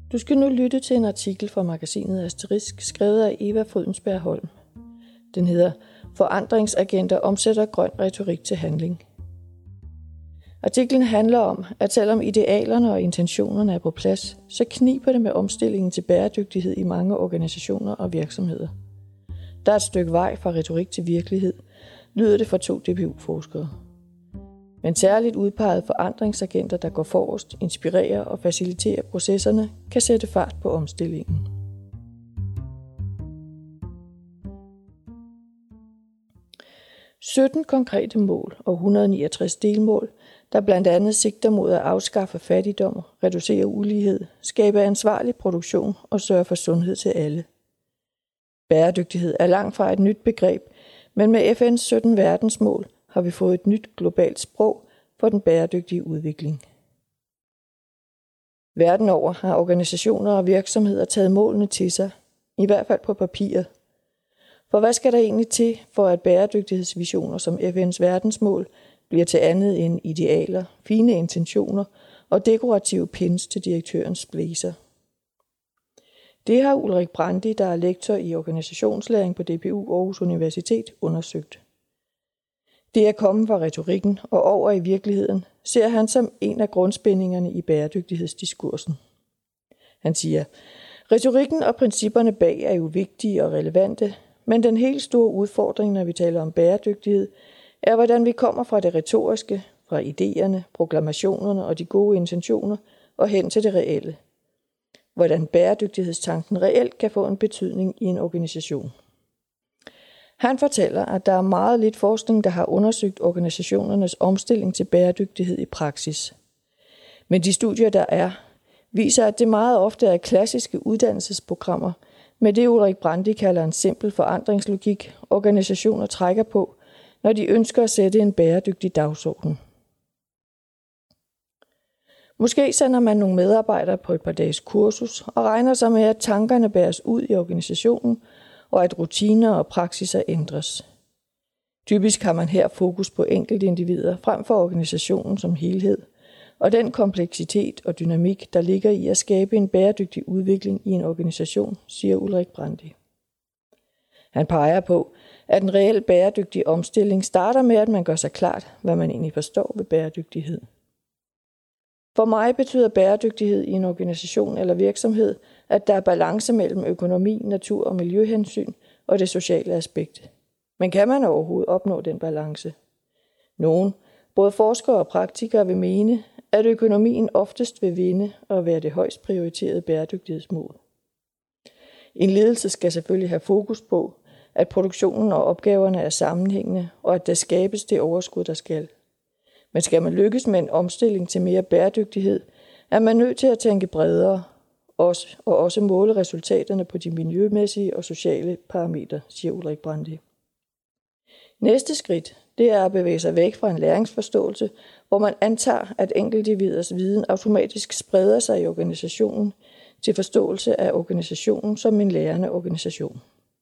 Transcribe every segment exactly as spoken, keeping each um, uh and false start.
Du skal nu lytte til en artikel fra magasinet Asterisk, skrevet af Eva Frydensberg Holm. Den hedder Forandringsagenter omsætter grøn retorik til handling. Artiklen handler om, at selvom idealerne og intentionerne er på plads, så kniber det med omstillingen til bæredygtighed i mange organisationer og virksomheder. Der er et stykke vej fra retorik til virkelighed, lyder det fra to D P U-forskere. Men særligt udpegede forandringsagenter, der går forrest, inspirerer og faciliterer processerne, kan sætte fart på omstillingen. sytten konkrete mål og et hundrede og niogtres delmål, der blandt andet sigter mod at afskaffe fattigdom, reducere ulighed, skabe ansvarlig produktion og sørge for sundhed til alle. Bæredygtighed er langt fra et nyt begreb, men med F N's sytten verdensmål har vi fået et nyt globalt sprog for den bæredygtige udvikling. Verden over har organisationer og virksomheder taget målene til sig, i hvert fald på papiret. For hvad skal der egentlig til, for at bæredygtighedsvisioner som F N's verdensmål bliver til andet end idealer, fine intentioner og dekorative pins til direktørens blæser? Det har Ulrik Brandi, der er lektor i organisationslæring på D P U Aarhus Universitet, undersøgt. Det at komme fra retorikken og over i virkeligheden ser han som en af grundspændingerne i bæredygtighedsdiskursen. Han siger, retorikken og principperne bag er jo vigtige og relevante, men den helt store udfordring, når vi taler om bæredygtighed, er, hvordan vi kommer fra det retoriske, fra idéerne, proklamationerne og de gode intentioner og hen til det reelle. Hvordan bæredygtighedstanken reelt kan få en betydning i en organisation. Han fortæller, at der er meget lidt forskning, der har undersøgt organisationernes omstilling til bæredygtighed i praksis. Men de studier, der er, viser, at det meget ofte er klassiske uddannelsesprogrammer med det Ulrik Brandi kalder en simpel forandringslogik, organisationer trækker på, når de ønsker at sætte en bæredygtig dagsorden. Måske sender man nogle medarbejdere på et par dages kursus og regner sig med, at tankerne bæres ud i organisationen, og at rutiner og praksiser ændres. Typisk har man her fokus på enkeltindivider frem for organisationen som helhed, og den kompleksitet og dynamik, der ligger i at skabe en bæredygtig udvikling i en organisation, siger Ulrik Brandi. Han peger på, at en reel bæredygtig omstilling starter med, at man gør sig klart, hvad man egentlig forstår ved bæredygtighed. For mig betyder bæredygtighed i en organisation eller virksomhed, at der er balance mellem økonomi, natur og miljøhensyn og det sociale aspekt. Men kan man overhovedet opnå den balance? Nogen, både forskere og praktikere, vil mene, at økonomien oftest vil vinde og være det højst prioriterede bæredygtighedsmål. En ledelse skal selvfølgelig have fokus på, at produktionen og opgaverne er sammenhængende, og at der skabes det overskud, der skal. Men skal man lykkes med en omstilling til mere bæredygtighed, er man nødt til at tænke bredere, også, og også måle resultaterne på de miljømæssige og sociale parametre, siger Ulrik Brandi. Næste skridt, det er at bevæge sig væk fra en læringsforståelse, hvor man antager, at enkeltindividers viden automatisk spreder sig i organisationen til forståelse af organisationen som en lærende organisation.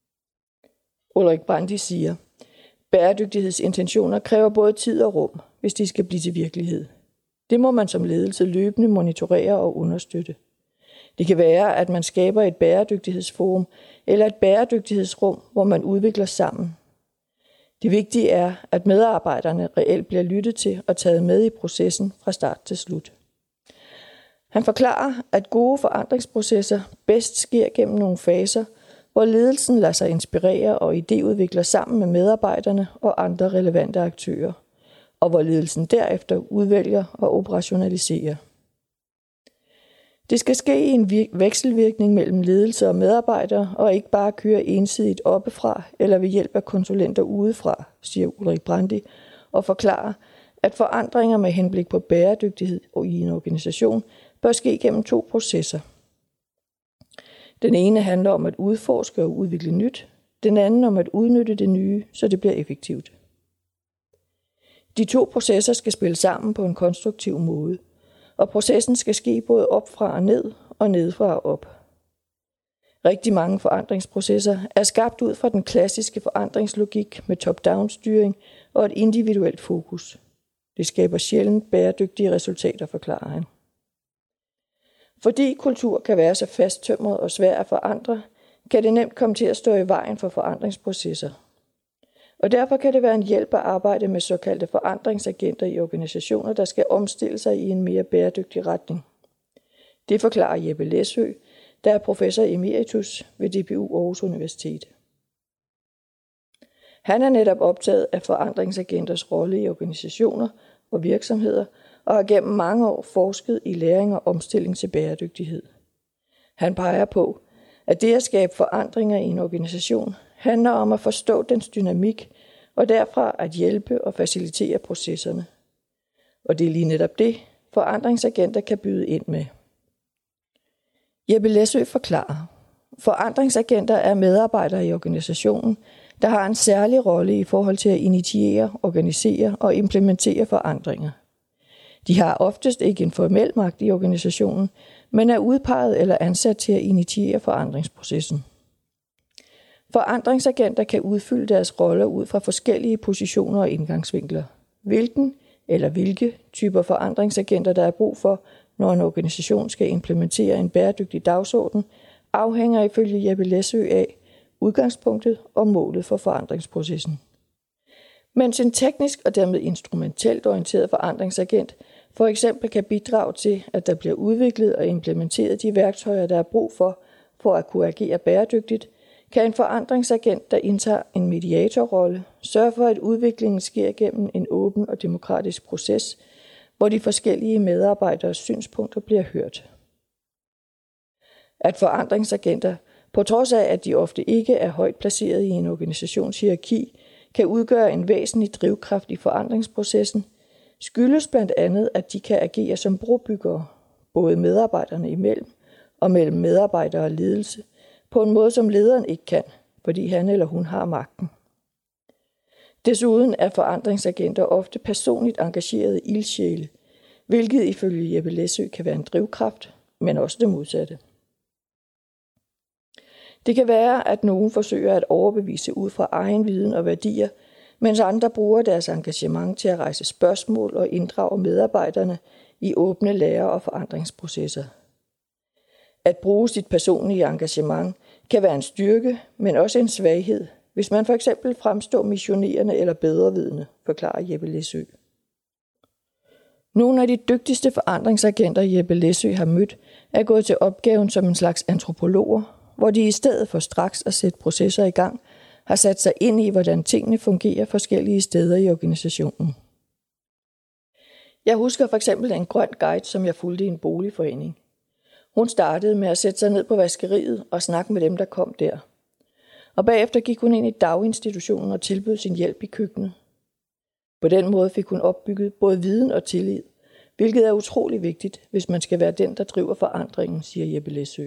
Ulrik Brandi siger, bæredygtighedsintentioner kræver både tid og rum, hvis de skal blive til virkelighed. Det må man som ledelse løbende monitorere og understøtte. Det kan være, at man skaber et bæredygtighedsforum eller et bæredygtighedsrum, hvor man udvikler sammen. Det vigtige er, at medarbejderne reelt bliver lyttet til og taget med i processen fra start til slut. Han forklarer, at gode forandringsprocesser bedst sker gennem nogle faser, hvor ledelsen lader sig inspirere og idéudvikler sammen med medarbejderne og andre relevante aktører, og hvor ledelsen derefter udvælger og operationaliserer. Det skal ske i en vekselvirkning mellem ledelse og medarbejdere, og ikke bare køre ensidigt oppefra eller ved hjælp af konsulenter udefra, siger Ulrik Brandi, og forklarer, at forandringer med henblik på bæredygtighed og i en organisation bør ske gennem to processer. Den ene handler om at udforske og udvikle nyt, den anden om at udnytte det nye, så det bliver effektivt. De to processer skal spille sammen på en konstruktiv måde, og processen skal ske både op fra og ned og ned fra og op. Rigtig mange forandringsprocesser er skabt ud fra den klassiske forandringslogik med top-down styring og et individuelt fokus. Det skaber sjældent bæredygtige resultater, forklarer han. Fordi kultur kan være så fasttømret og svær at forandre, kan det nemt komme til at stå i vejen for forandringsprocesser. Og derfor kan det være en hjælp at arbejde med såkaldte forandringsagenter i organisationer, der skal omstille sig i en mere bæredygtig retning. Det forklarer Jeppe Læsø, der er professor emeritus ved D P U Aarhus Universitet. Han er netop optaget af forandringsagenters rolle i organisationer og virksomheder, og har gennem mange år forsket i læring og omstilling til bæredygtighed. Han peger på, at det at skabe forandringer i en organisation handler om at forstå dens dynamik, og derfra at hjælpe og facilitere processerne. Og det er lige netop det, forandringsagenter kan byde ind med. Jeppe Læsø forklarer, forandringsagenter er medarbejdere i organisationen, der har en særlig rolle i forhold til at initiere, organisere og implementere forandringer. De har oftest ikke en formel magt i organisationen, men er udpeget eller ansat til at initiere forandringsprocessen. Forandringsagenter kan udfylde deres roller ud fra forskellige positioner og indgangsvinkler. Hvilken eller hvilke typer forandringsagenter der er brug for, når en organisation skal implementere en bæredygtig dagsorden, afhænger ifølge Jeppe Læsø af udgangspunktet og målet for forandringsprocessen. Mens en teknisk og dermed instrumentelt orienteret forandringsagent for eksempel kan bidrage til, at der bliver udviklet og implementeret de værktøjer, der er brug for, for at kunne agere bæredygtigt, kan en forandringsagent, der indtager en mediatorrolle, sørge for, at udviklingen sker gennem en åben og demokratisk proces, hvor de forskellige medarbejderes synspunkter bliver hørt. At forandringsagenter, på trods af at de ofte ikke er højt placeret i en organisations hierarki, kan udgøre en væsentlig drivkraft i forandringsprocessen, skyldes blandt andet, at de kan agere som brobyggere, både medarbejderne imellem og mellem medarbejdere og ledelse, på en måde, som lederen ikke kan, fordi han eller hun har magten. Desuden er forandringsagenter ofte personligt engagerede ildsjæle, hvilket ifølge Jeppe Læsø kan være en drivkraft, men også det modsatte. Det kan være, at nogen forsøger at overbevise ud fra egen viden og værdier, mens andre bruger deres engagement til at rejse spørgsmål og inddrage medarbejderne i åbne lære- og forandringsprocesser. At bruge sit personlige engagement kan være en styrke, men også en svaghed, hvis man for eksempel fremstår missionerende eller bedrevidende, forklarer Jeppe Læsø. Nogle af de dygtigste forandringsagenter, Jeppe Læsø har mødt, er gået til opgaven som en slags antropologer, hvor de i stedet for straks at sætte processer i gang, har sat sig ind i, hvordan tingene fungerer forskellige steder i organisationen. Jeg husker for eksempel en grøn guide, som jeg fulgte i en boligforening. Hun startede med at sætte sig ned på vaskeriet og snakke med dem, der kom der. Og bagefter gik hun ind i daginstitutionen og tilbød sin hjælp i køkkenet. På den måde fik hun opbygget både viden og tillid, hvilket er utrolig vigtigt, hvis man skal være den, der driver forandringen, siger Jeppe Læsø.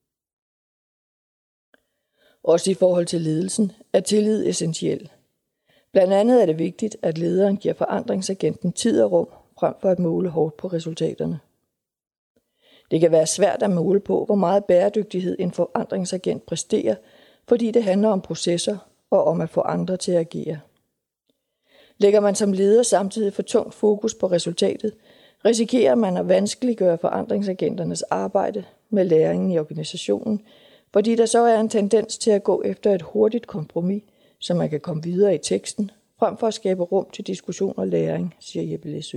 Også i forhold til ledelsen er tillid essentiel. Blandt andet er det vigtigt, at lederen giver forandringsagenten tid og rum, frem for at måle hårdt på resultaterne. Det kan være svært at måle på, hvor meget bæredygtighed en forandringsagent præsterer, fordi det handler om processer og om at få andre til at agere. Lægger man som leder samtidig for tungt fokus på resultatet, risikerer man at vanskeliggøre forandringsagenternes arbejde med læringen i organisationen, fordi der så er en tendens til at gå efter et hurtigt kompromis, så man kan komme videre i teksten, frem for at skabe rum til diskussion og læring, siger Jeppe Læsø.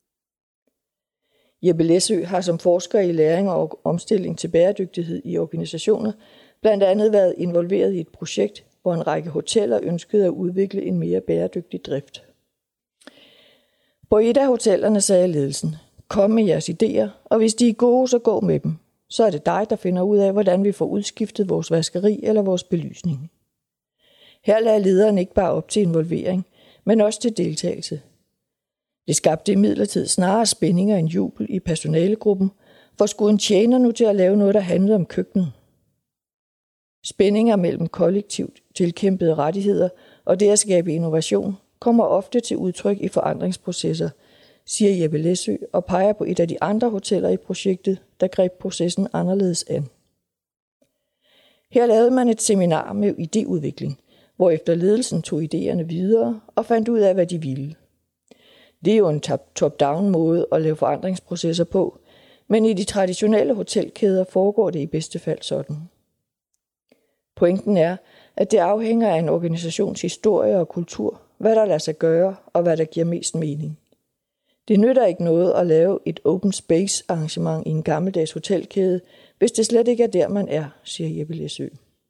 Jeppe Læsø har som forsker i læring og omstilling til bæredygtighed i organisationer blandt andet været involveret i et projekt, hvor en række hoteller ønskede at udvikle en mere bæredygtig drift. På et af hotellerne sagde ledelsen, kom med jeres idéer, og hvis de er gode, så gå med dem. Så er det dig, der finder ud af, hvordan vi får udskiftet vores vaskeri eller vores belysning. Her lader lederen ikke bare op til involvering, men også til deltagelse. Det skabte imidlertid snarere spændinger end jubel i personalegruppen, for skulle en tjener nu til at lave noget, der handlede om køkkenet. Spændinger mellem kollektivt tilkæmpede rettigheder og det at skabe innovation kommer ofte til udtryk i forandringsprocesser, siger Jeppe Læsø og peger på et af de andre hoteller i projektet, der greb processen anderledes an. Her lavede man et seminar med idéudvikling, hvorefter ledelsen tog idéerne videre og fandt ud af, hvad de ville. Det er jo en top-down måde at lave forandringsprocesser på, Men i de traditionelle hotelkæder foregår det i bedste fald sådan. Pointen er, at det afhænger af en organisations historie og kultur, hvad der lader sig gøre og hvad der giver mest mening. Det nytter ikke noget at lave et open space arrangement i en gammeldags hotelkæde, hvis det slet ikke er der, man er, siger Jeppe Læsø.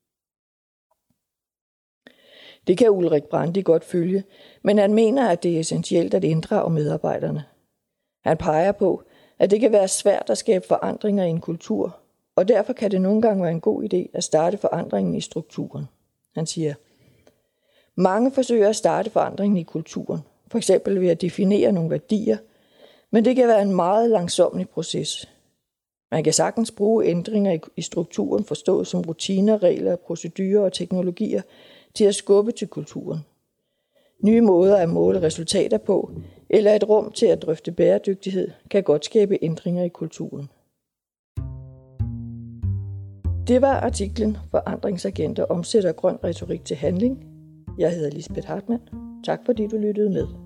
Det kan Ulrik Brandi godt følge, men han mener, at det er essentielt at inddrage medarbejderne. Han peger på, at det kan være svært at skabe forandringer i en kultur, og derfor kan det nogle gange være en god idé at starte forandringen i strukturen. Han siger, mange forsøger at starte forandringen i kulturen, for eksempel ved at definere nogle værdier, men det kan være en meget langsomlig proces. Man kan sagtens bruge ændringer i strukturen forstået som rutiner, regler, procedurer og teknologier til at skubbe til kulturen. Nye måder at måle resultater på, eller et rum til at drøfte bæredygtighed, kan godt skabe ændringer i kulturen. Det var artiklen Forandringsagenter omsætter grøn retorik til handling. Jeg hedder Lisbeth Hartmann. Tak fordi du lyttede med.